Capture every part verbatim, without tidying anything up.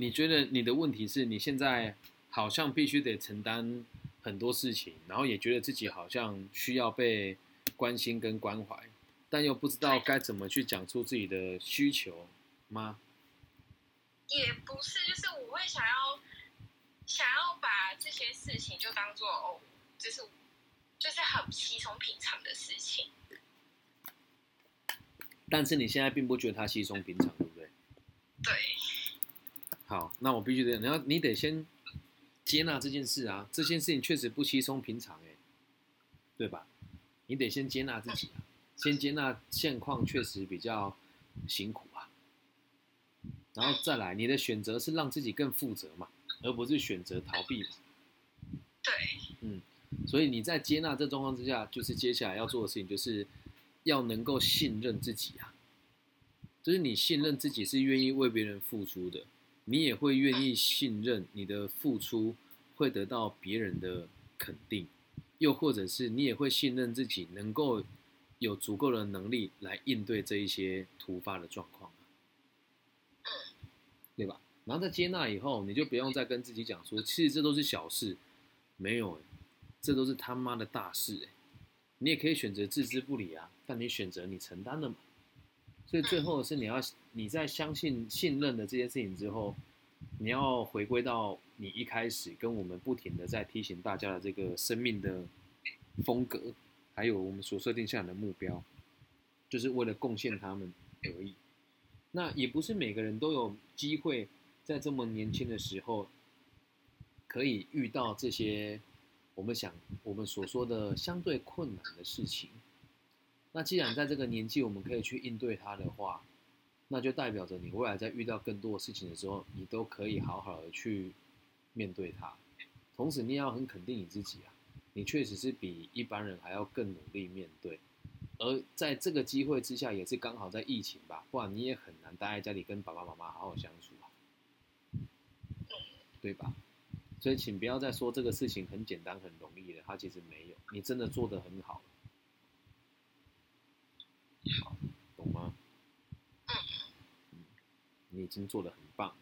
你觉得你的问题是你现在好像必须得承担很多事情，然后也觉得自己好像需要被关心跟关怀，但又不知道该怎么去讲出自己的需求吗？ 也不是，就是我会想要想要把这些事情就当做哦，就是就是很稀松平常的事情。 但是你现在并不觉得它稀松平常，对不对？ 对。 好，那我必须得，你要你得先接纳这件事啊，这件事情确实不稀松平常，哎，对吧？你得先接纳自己啊，先接纳现况确实比较辛苦啊，然后再来，你的选择是让自己更负责嘛，而不是选择逃避嘛。 对。 嗯，所以你在接纳这状况之下，就是接下来要做的事情，就是要能够信任自己啊，就是你信任自己是愿意为别人付出的，你也会愿意信任你的付出会得到别人的肯定，又或者是你也会信任自己能够有足够的能力来应对这一些突发的状况，对吧？然后在接纳以后，你就不用再跟自己讲说，其实这都是小事，没有，这都是他妈的大事，你也可以选择置之不理啊，但你选择你承担了嘛。所以最后是你要你在相信信任的这件事情之后，你要回归到你一开始跟我们不停的在提醒大家的这个生命的风格，还有我们所设定下来的目标，就是为了贡献他们而已。那也不是每个人都有机会在这么年轻的时候可以遇到这些我们想我们所说的相对困难的事情。那既然在这个年纪我们可以去应对它的话，那就代表着你未来在遇到更多的事情的时候，你都可以好好的去面对它。同时你也要很肯定你自己啊，你确实是比一般人还要更努力面对。而在这个机会之下，也是刚好在疫情吧，不然你也很难待在家里跟爸爸妈妈好好相处啊，对吧？所以请不要再说这个事情很简单很容易了，它其实没有，你真的做得很好，懂吗？嗯，你已经做得很棒，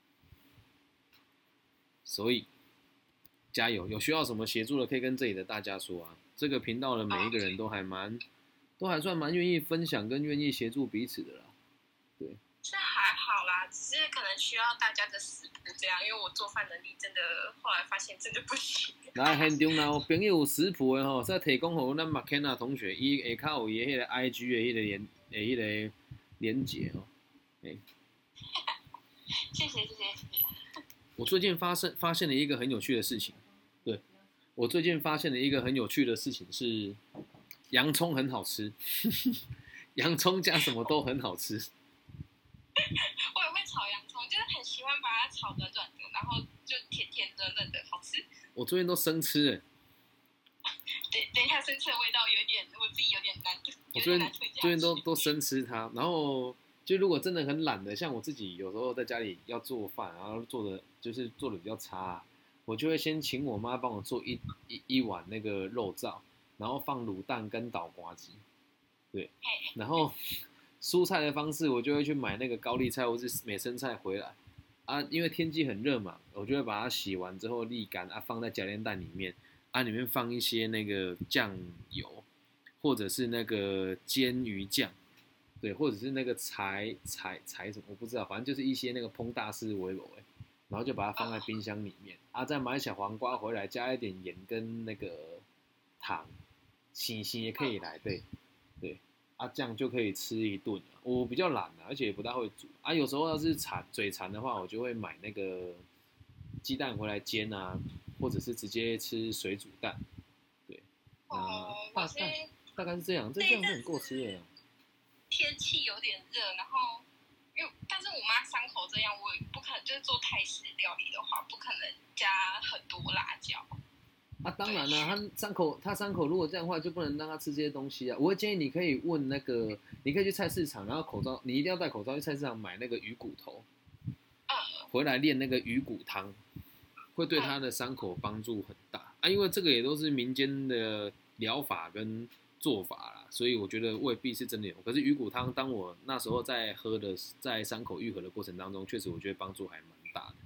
所以加油！有需要什么协助的，可以跟这里的大家说啊。这个频道的每一个人都还蛮，都还算蛮愿意分享跟愿意协助彼此的啦。对， 是还好啦，只是可能需要大家的食谱这样，因为我做饭能力真的后来发现真的不行。 来现场若有朋友有食谱的吼，再提供给咱马 Kenna 同学，伊下骹有伊迄个 I G 的迄个连，诶迄个连结哦。欸、 谢谢谢谢谢谢。 我最近发生发现了一个很有趣的事情，对，我最近发现了一个很有趣的事情是，洋葱很好吃，洋葱加什么都很好吃。 我也会炒洋葱，就是很喜欢把它炒软软的，然后就甜甜的嫩的，好吃。 我最近都生吃哎。 等等一下，生吃的味道有点，我自己有点难， 我最近最近都都生吃它，然后就如果真的很懒的，像我自己有时候在家里要做饭，然后做的就是做的比较差、啊，我就会先请我妈帮我做一一一碗那个肉燥，然后放卤蛋跟倒瓜鸡，对，然后蔬菜的方式我就会去买那个高丽菜或是美生菜回来啊，因为天气很热嘛，我就会把它洗完之后沥干啊，放在夹链袋里面啊，里面放一些那个酱油。或者是那个煎鱼酱，对，或者是那个柴柴柴什么，我不知道，反正就是一些那个烹大师微波，然后就把它放在冰箱里面啊，再买小黄瓜回来，加一点盐跟那个糖，洗洗也可以来，对对啊，这样就可以吃一顿了。我比较懒啊，而且也不大会煮啊，有时候要是馋嘴馋的话，我就会买那个鸡蛋回来煎啊，或者是直接吃水煮蛋，对， 哦， 大概。大概是这样，这这样是很够吃的。 天气有点热，然后因为但是我妈伤口这样，我也不可能就是做泰式料理的话，不可能加很多辣椒。 啊，当然啦、啊，他伤口他伤口如果这样的话，就不能让他吃这些东西啊。我会建议你可以问那个，你可以去菜市场，然后口罩你一定要戴口罩去菜市场买那个鱼骨头， 嗯， 回来炼那个鱼骨汤，会对他的伤口帮助很大啊。因为这个也都是民间的疗法跟做法啦，所以我觉得未必是真的有。可是鱼骨汤，当我那时候在喝的，在伤口愈合的过程当中，确实我觉得帮助还蛮大的。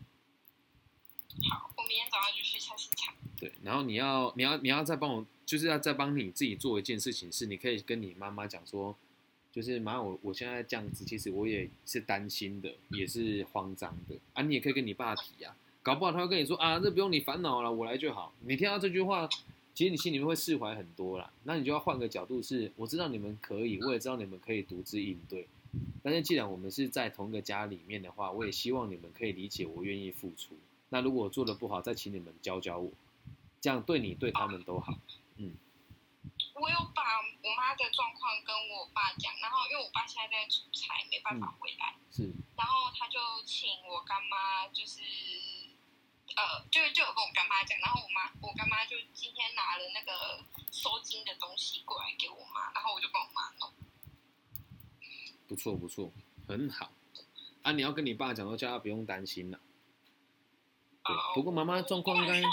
好，我明天早上就去菜市场。 对，然后你要你要你要再帮我，就是要再帮你自己做一件事情，是你可以跟你妈妈讲说，就是妈，我我现在这样子，其实我也是担心的，也是慌张的啊。你也可以跟你爸提啊，搞不好他会跟你说啊，这不用你烦恼了，我来就好。你听到这句话，其实你心里面会释怀很多啦。那你就要换个角度是，我知道你们可以，我也知道你们可以独自应对，但是既然我们是在同一个家里面的话，我也希望你们可以理解我愿意付出。那如果我做的不好，再请你们教教我，这样对你对他们都好。嗯。 我有把我妈的状况跟我爸讲，然后因为我爸现在在出差，没办法回来， 嗯、是， 然后他就请我干妈，就是呃，就就有跟我干妈讲，然后我妈我干妈就今天拿了那个收金的东西过来给我妈，然后我就帮我妈弄。 不错不错，很好。啊，你要跟你爸讲说，叫他不用担心了。对，呃、不过妈妈状况应该。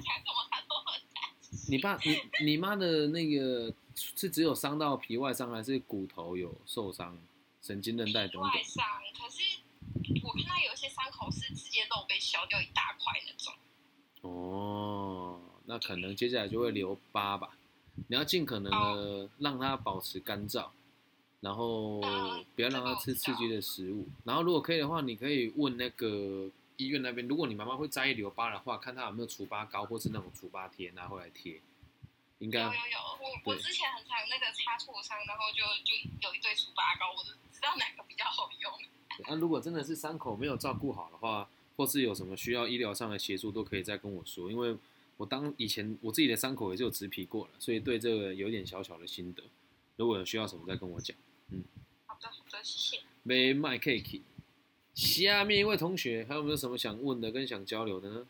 你爸、你你妈的那个是只有伤到皮外伤，还是骨头有受伤、神经韧带等等？ 皮外伤，可是我看到有些伤口是直接肉被削掉一大块那种。 哦，那可能接下来就会留疤吧。你要尽可能的让它保持干燥，然后不要让它吃刺激的食物。然后如果可以的话，你可以问那个医院那边，如果你妈妈会在意留疤的话，看她有没有除疤膏或是那种除疤贴拿回来贴。应该有有有，我我之前很常那个擦挫伤，然后就就有一堆除疤膏，我都知道哪个比较好用。 那、啊、如果真的是伤口没有照顾好的话，或是有什么需要医疗上的协助，都可以再跟我说，因为我当以前我自己的伤口也是有植皮过了，所以对这个有点小小的心得。如果有需要什么再跟我讲。嗯， 好的好的，谢谢。 没卖 cake。下面一位同学还有没有什么想问的跟想交流的呢？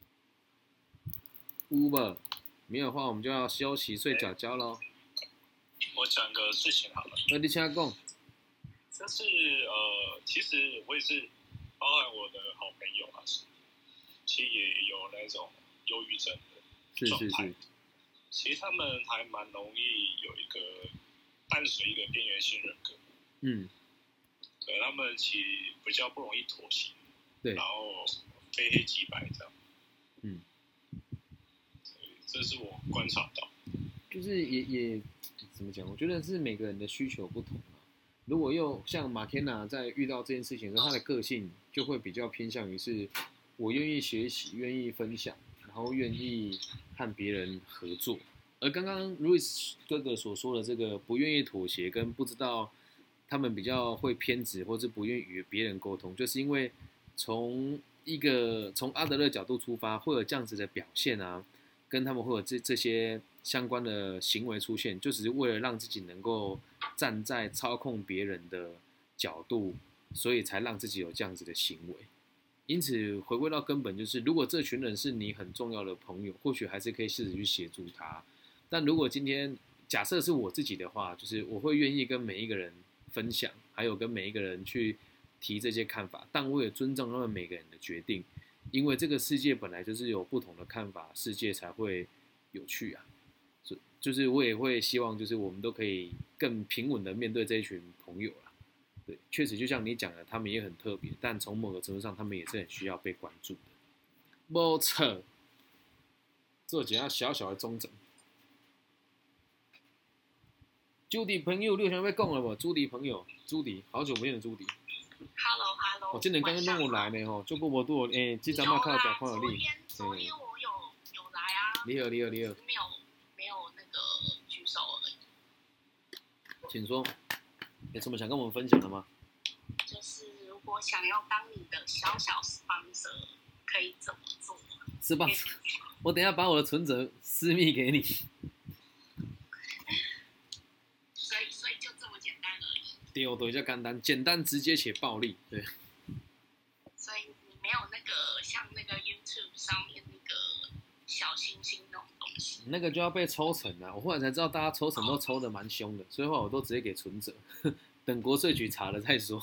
乌吧。没有的话，我们就要休息睡觉觉喽。 我讲个事情好了。 那你请讲。 就是呃，其实我也是，包含我的好朋友啊，其实也有那种忧郁症的状态。是是是。其实他们还蛮容易有一个伴随一个边缘性人格。嗯。对，他们其实比较不容易妥协。对。然后非黑即白这样。嗯。这是我观察到， 就是也也怎么讲？我觉得是每个人的需求不同啊。如果又像马天娜在遇到这件事情的时候，他的个性就会比较偏向于是，我愿意学习，愿意分享，然后愿意和别人合作。而刚刚 Louis 哥哥所说的这个不愿意妥协，跟不知道他们比较会偏执，或是不愿意与别人沟通，就是因为从一个从阿德勒角度出发，会有这样子的表现啊。跟他们会有这这些相关的行为出现，就只是为了让自己能够站在操控别人的角度，所以才让自己有这样子的行为。因此，回归到根本，就是如果这群人是你很重要的朋友，或许还是可以试着去协助他。但如果今天假设是我自己的话，就是我会愿意跟每一个人分享，还有跟每一个人去提这些看法，但我也尊重他们每个人的决定。因为这个世界本来就是有不同的看法，世界才会有趣啊。就是我也会希望，就是我们都可以更平稳的面对这一群朋友啦。对，确实就像你讲的，他们也很特别，但从某个程度上，他们也是很需要被关注的。没错，做几下小小的中整。朱迪朋友，你有想要讲了无？朱迪朋友，朱迪，好久不见的朱迪。 Hello Hello， 我今年刚刚弄我来呢吼，做过无多诶，这张嘛靠表看到你。 昨天昨天我有有来啊。 你好你好你好。 没有没有那个举手而已。 请说，有什么想跟我们分享的吗？ 就是如果想要当你的小小 sponsor， 可以怎么做？ 是吧？我等一下把我的存折私密给你。 所以所以就这么简单而已。 对，对，就简单，简单直接且暴力，对。 所以你没有那个像那个 YouTube 上面那个小星星那种东西。 那个就要被抽成啊！我后来才知道，大家抽成都抽得蛮凶的，所以后来我都直接给存折，等国税局查了再说。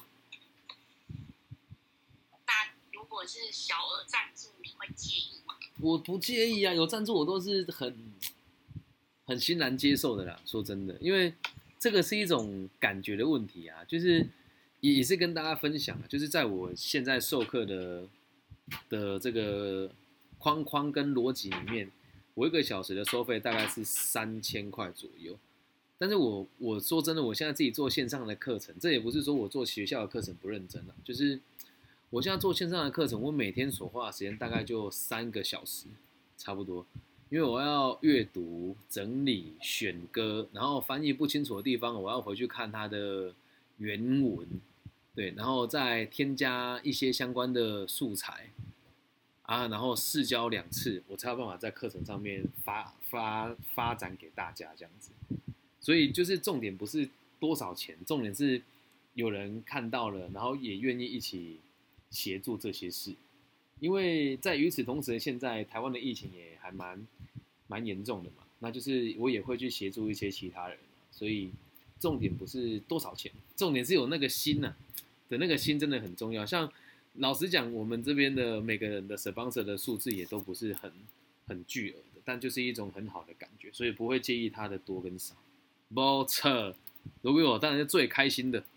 那如果是小额赞助，你会介意吗？ 我不介意啊，有赞助我都是很很欣然接受的啦。说真的，因为这个是一种感觉的问题啊，就是也是跟大家分享啊，就是在我现在授课的的这个框框跟逻辑里面，我一个小时的收费大概是三千块左右。但是我我说真的，我现在自己做线上的课程，这也不是说我做学校的课程不认真啊，就是我现在做线上的课程，我每天所花的时间大概就三个小时，差不多。因为我要阅读、整理、选歌，然后翻译不清楚的地方，我要回去看它的原文，对，然后再添加一些相关的素材啊，然后试教两次，我才有办法在课程上面发发发展给大家这样子。所以就是重点不是多少钱，重点是有人看到了，然后也愿意一起协助这些事。因为在与此同时，现在台湾的疫情也还蛮蛮严重的嘛，那就是我也会去协助一些其他人，所以重点不是多少钱，重点是有那个心呐、啊、的那个心真的很重要。像老实讲，我们这边的每个人的 sponsor 的数字也都不是很很巨额的，但就是一种很好的感觉，所以不会介意它的多跟少。没错，如果我当然是最开心的。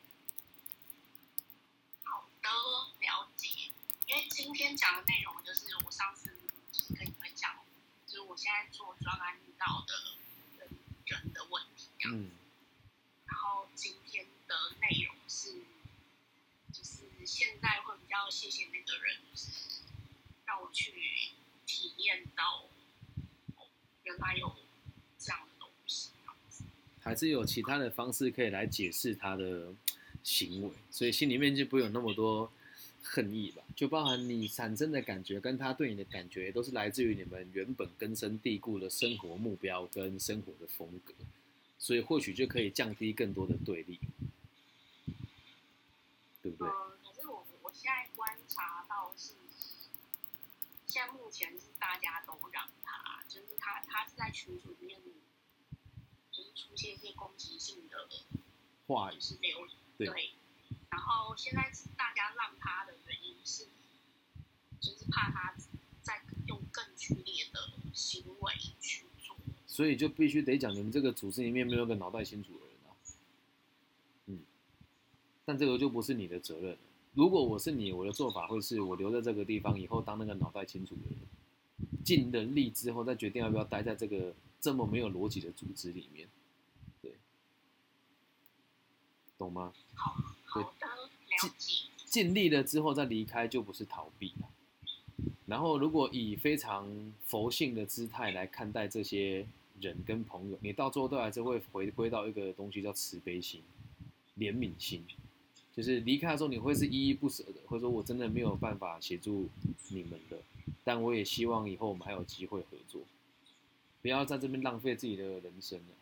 好的，了解。因为今天讲的内容就是我上次就是跟你分享，就是我现在做专案遇到的人人的问题这样子。嗯。然后今天的内容是，就是现在会比较谢谢那个人，就是让我去体验到，哦，原来有这样的东西。 还是有其他的方式可以来解释他的行为，所以心里面就不会有那么多恨意吧。就包含你产生的感觉跟他对你的感觉，都是来自于你们原本根深蒂固的生活目标跟生活的风格，所以或许就可以降低更多的对立，对不对？ 呃，可是我我现在观察到是，现在目前是大家都让他，就是他他是在群组里面。出现一些攻击性的话语， 就是流对。 对，然后现在大家让他的原因是，就是怕他再用更剧烈的行为去做。 所以就必须得讲，你们这个组织里面没有个脑袋清楚的人啊。嗯，但这个就不是你的责任了。如果我是你，我的做法会是我留在这个地方，以后当那个脑袋清楚的人，尽人力之后再决定要不要待在这个这么没有逻辑的组织里面。懂吗？ 好，好的，了解。 尽力了之后再离开，就不是逃避了。然后，如果以非常佛性的姿态来看待这些人跟朋友，你到最后都还是会回归到一个东西叫慈悲心、怜悯心。就是离开的时候，你会是依依不舍的，或者说我真的没有办法协助你们的，但我也希望以后我们还有机会合作，不要在这边浪费自己的人生了，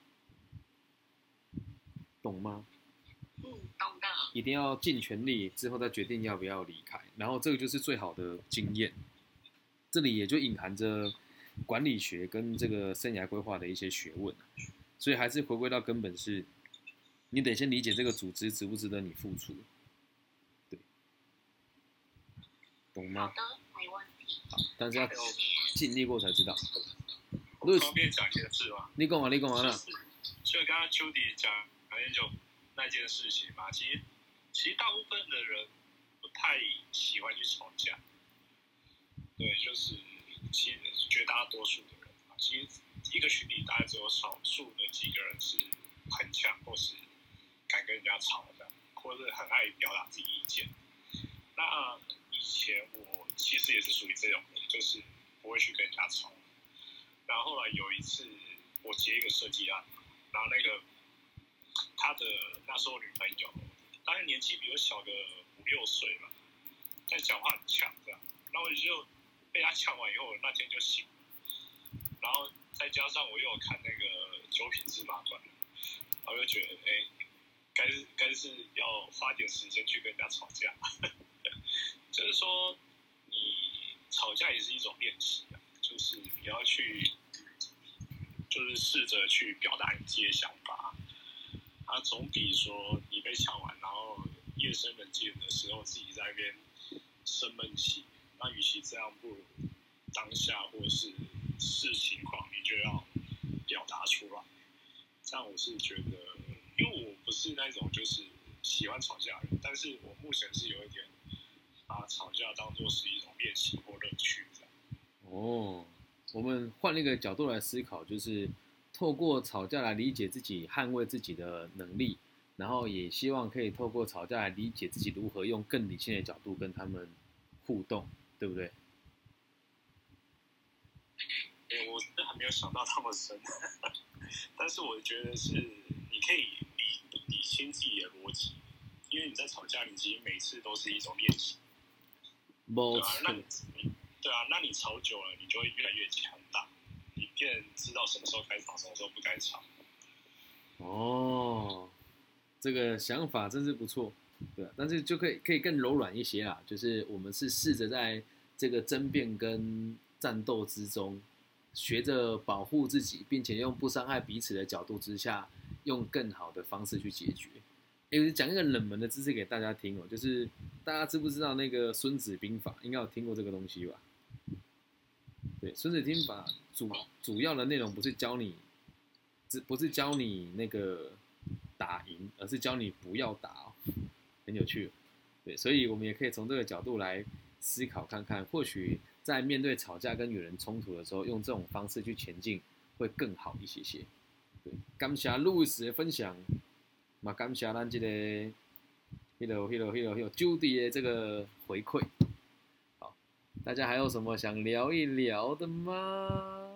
懂吗？ 嗯，懂的。 一定要尽全力之后再决定要不要离开，然后这个就是最好的经验。这里也就隐含着管理学跟这个生涯规划的一些学问，所以还是回归到根本是，你得先理解这个组织值不值得你付出，对，懂吗？ 好的，没问题。 好，但是要尽力过才知道。 我方便讲一件事吗？ 你讲完，你讲完了。 所以刚刚丘迪讲那就那件事情嘛，其实其实大部分的人不太喜欢去吵架，对，就是其实绝大多数的人啊，其实一个群体大概只有少数的几个人是很强，或是敢跟人家吵的，或是很爱表达自己意见。那以前我其实也是属于这种人，就是不会去跟人家吵。然后后来有一次我接一个设计案，然后那个他的那时候女朋友，大概年纪比我小个五六岁吧，但讲话很强这样，然后我就被他抢完以后，那天就醒了，然后再加上我又有看那个九品芝麻官，然后就觉得哎，该该是要花点时间去跟人家吵架，就是说你吵架也是一种练习啊，就是你要去，就是试着去表达你自己的想法。啊，总比说你被抢完，然后夜深人静的时候自己在那边生闷气。那与其这样，不如当下或是视情况，你就要表达出来。这样我是觉得，因为我不是那种就是喜欢吵架的人，但是我目前是有一点把吵架当作是一种练习或乐趣这样。 哦， 我们换一个角度来思考，就是透过吵架来理解自己、捍卫自己的能力，然后也希望可以透过吵架来理解自己如何用更理性的角度跟他们互动，对不对？ 哎，我真的还没有想到那么深，但是我觉得是你可以理理清自己的逻辑，因为你在吵架，你其实每次都是一种练习。对啊，那你对啊，那你吵久了，你就会越来越强大，你便知道什么时候该吵，什么时候不该吵。 哦，这个想法真是不错，对啊，但是就可以可以更柔软一些啦，就是我们是试着在这个争辩跟战斗之中，学着保护自己，并且用不伤害彼此的角度之下，用更好的方式去解决。哎，我讲一个冷门的知识给大家听哦，就是大家知不知道那个《孙子兵法》？应该有听过这个东西吧？对，《孙子兵法》主主要的内容不是教你，不是教你那个打赢，而是教你不要打哦，很有趣。对，所以我们也可以从这个角度来思考看看，或许在面对吵架跟与人冲突的时候，用这种方式去前进会更好一些些。对，感谢路易斯的分享。嘛，感谢咱这个、迄个、迄个、迄个、迄个 Judy 的这个回馈。好，大家还有什么想聊一聊的吗？